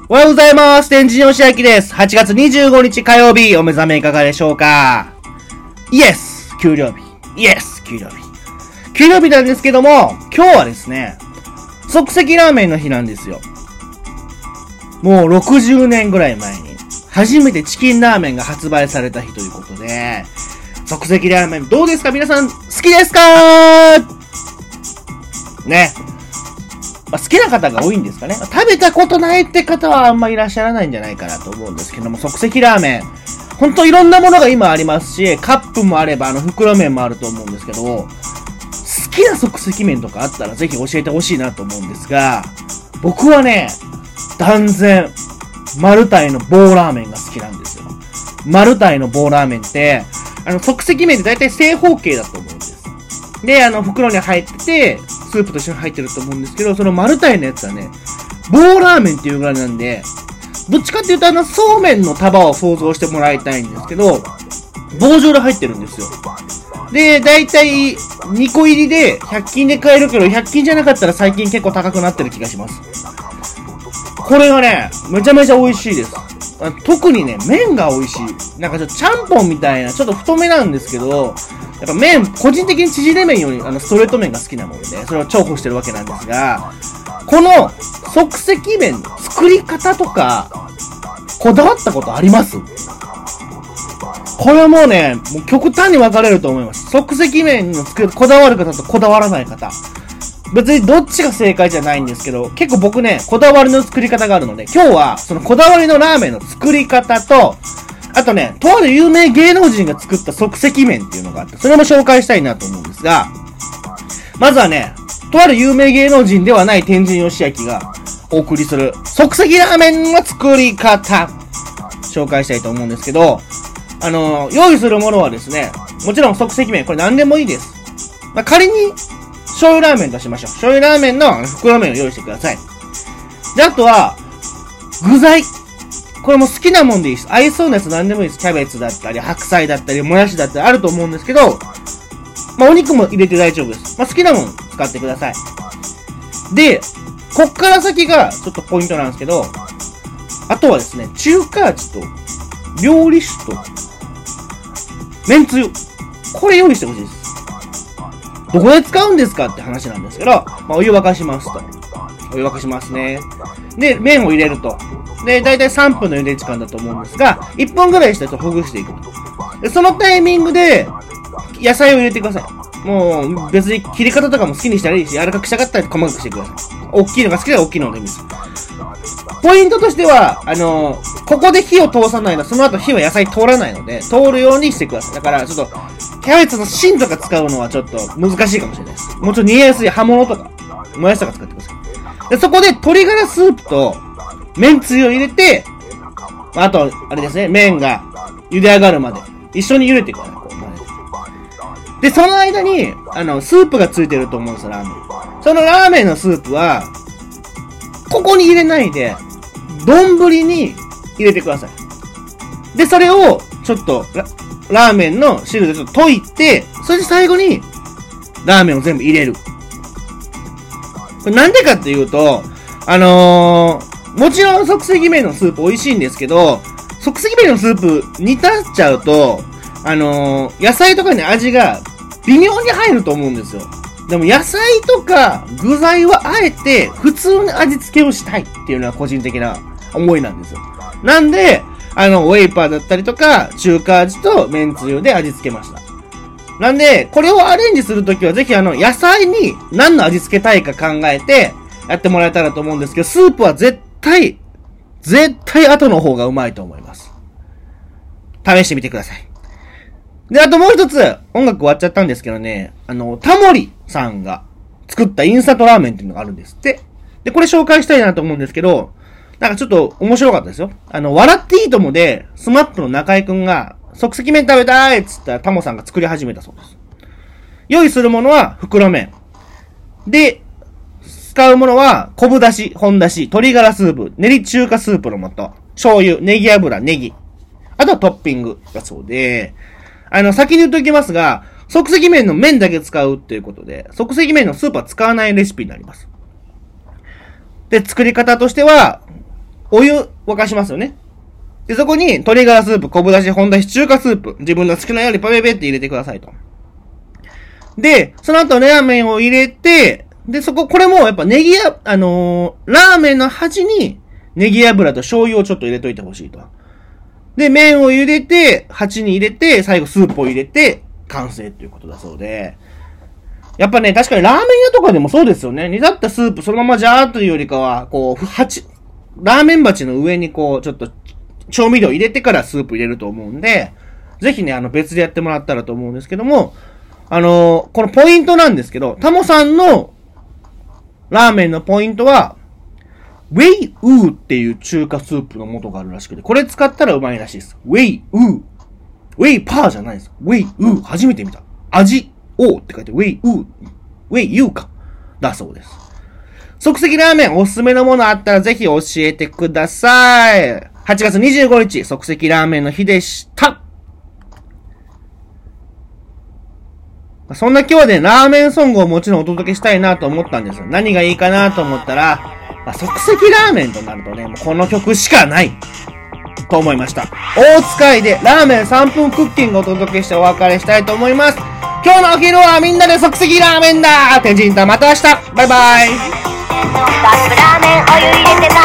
おはようございます。天神よしあきです。8月25日火曜日、お目覚めいかがでしょうか？イエス給料日。イエス給料日。給料日なんですけども、今日はですね、即席ラーメンの日なんですよ。もう60年ぐらい前に、初めてチキンラーメンが発売された日ということで、即席ラーメンどうですか？皆さん好きですか？ね。好きな方が多いんですかね。食べたことないって方はあんまいらっしゃらないんじゃないかなと思うんですけども、即席ラーメン。ほんといろんなものが今ありますし、カップもあれば袋麺もあると思うんですけど、好きな即席麺とかあったらぜひ教えてほしいなと思うんですが、僕はね、断然、マルタイの棒ラーメンが好きなんですよ。マルタイの棒ラーメンって、即席麺って大体正方形だと思うんです。で、袋に入ってて、スープと一緒に入ってると思うんですけど、そのマルタイのやつはね、棒ラーメンっていうぐらいなんで、どっちかっていうとそうめんの束を想像してもらいたいんですけど、棒状で入ってるんですよ。で、だいたい2個入りで100均で買えるけど、100均じゃなかったら最近結構高くなってる気がします。これがね、めちゃめちゃ美味しいです。特にね、麺が美味しい。なんかちょっとちゃんぽんみたいな、ちょっと太めなんですけど、やっぱ麺、個人的に縮れ麺よりストレート麺が好きなもんで、それを重宝してるわけなんですが、この即席麺の作り方とか、こだわったことあります？これはもうね、もう極端に分かれると思います。即席麺の作る、こだわる方とこだわらない方。別にどっちが正解じゃないんですけど、結構僕ね、こだわりの作り方があるので、今日はそのこだわりのラーメンの作り方と、あとね、とある有名芸能人が作った即席麺っていうのがあって、それも紹介したいなと思うんですが、まずはね、とある有名芸能人ではない天神よしあきがお送りする即席ラーメンの作り方、紹介したいと思うんですけど、用意するものはですね、もちろん即席麺、これ何でもいいです。仮に、醤油ラーメンとしましょう。醤油ラーメンの袋麺を用意してください。で、あとは、具材。これも好きなもんでいいです。合いそうなやつ何でもいいです。キャベツだったり、白菜だったり、もやしだったりあると思うんですけど、お肉も入れて大丈夫です。好きなもん使ってください。で、こっから先がちょっとポイントなんですけど、あとはですね、中華味と、料理酒と、麺つゆ。これ用意してほしいです。どこで使うんですかって話なんですけど、お湯沸かしますと。お湯沸かしますね。で、麺を入れると。で、だいたい3分の茹で時間だと思うんですが、1分ぐらいしたとほぐしていくと。で、そのタイミングで、野菜を入れてください。もう、別に切り方とかも好きにしたらいいし、柔らかくしたかったら細かくしてください。大きいのが好きなら大きいのでいいです。ポイントとしては、ここで火を通さないの、その後火は野菜通らないので、通るようにしてください。だから、ちょっと、キャベツの芯とか使うのはちょっと難しいかもしれないです。もうちょっと煮えやすい葉物とか、もやしとか使ってください。で、そこで鶏ガラスープと、麺つゆを入れて、あと、あれですね、麺が茹で上がるまで、一緒に茹でてください。で、その間に、スープがついてると思うんですよ、ラーメン。そのラーメンのスープは、ここに入れないで、丼に入れてください。で、それを、ちょっと、ラーメンの汁でちょっと溶いて、それで最後に、ラーメンを全部入れる。これなんでかっていうと、もちろん即席麺のスープ美味しいんですけど、即席麺のスープ煮立っちゃうと、野菜とかに味が微妙に入ると思うんですよ。でも野菜とか具材はあえて普通に味付けをしたいっていうのは個人的な思いなんですよ。なんで、ウェイパーだったりとか、中華味と麺つゆで味付けました。なんで、これをアレンジするときはぜひ野菜に何の味付けたいか考えてやってもらえたらと思うんですけど、スープは絶対後の方がうまいと思います。試してみてください。で、あともう一つ、音楽終わっちゃったんですけどね、タモリさんが作ったインスタントラーメンっていうのがあるんですって。で、これ紹介したいなと思うんですけど、なんかちょっと面白かったですよ。笑っていいともで、スマップの中井くんが、即席麺食べたいっつったらタモさんが作り始めたそうです。用意するものは袋麺。で、使うものは、昆布だし、本だし、鶏ガラスープ、練り中華スープの素、醤油、ネギ油、ネギ。あとはトッピングだそうで、先に言っておきますが、即席麺の麺だけ使うっていうことで、即席麺のスープは使わないレシピになります。で、作り方としては、 お湯沸かしますよね。で、そこに鶏ガラスープ、昆布だし、本だし、中華スープ、自分の好きなようにパペペって入れてくださいと。で、その後ラーメンを入れて、で、これもやっぱラーメンの端にネギ油と醤油をちょっと入れといてほしいと。で、麺を茹でて、鉢に入れて、最後スープを入れて、完成ということだそうで。やっぱね、確かにラーメン屋とかでもそうですよね。煮立ったスープそのままジャーっというよりかは、ラーメン鉢の上にちょっと、調味料入れてからスープ入れると思うんで、ぜひね、別でやってもらったらと思うんですけども、このポイントなんですけど、タモさんのラーメンのポイントは、ウェイウーっていう中華スープの素があるらしくて、これ使ったらうまいらしいです。ウェイウー。ウェイパーじゃないです。ウェイウー。初めて見た。味おーって書いて、ウェイウー。ウェイユーか。だそうです。即席ラーメンおすすめのものあったらぜひ教えてください。8月25日、即席ラーメンの日でした。そんな今日でラーメンソングをもちろんお届けしたいなと思ったんですよ。何がいいかなと思ったら、即席ラーメンとなるとね、もうこの曲しかないと思いました。大塚愛でラーメン3分クッキングをお届けしてお別れしたいと思います。今日のお昼はみんなで即席ラーメンだ。天神とまた明日。バイバイ。カップラーメンお湯入れてた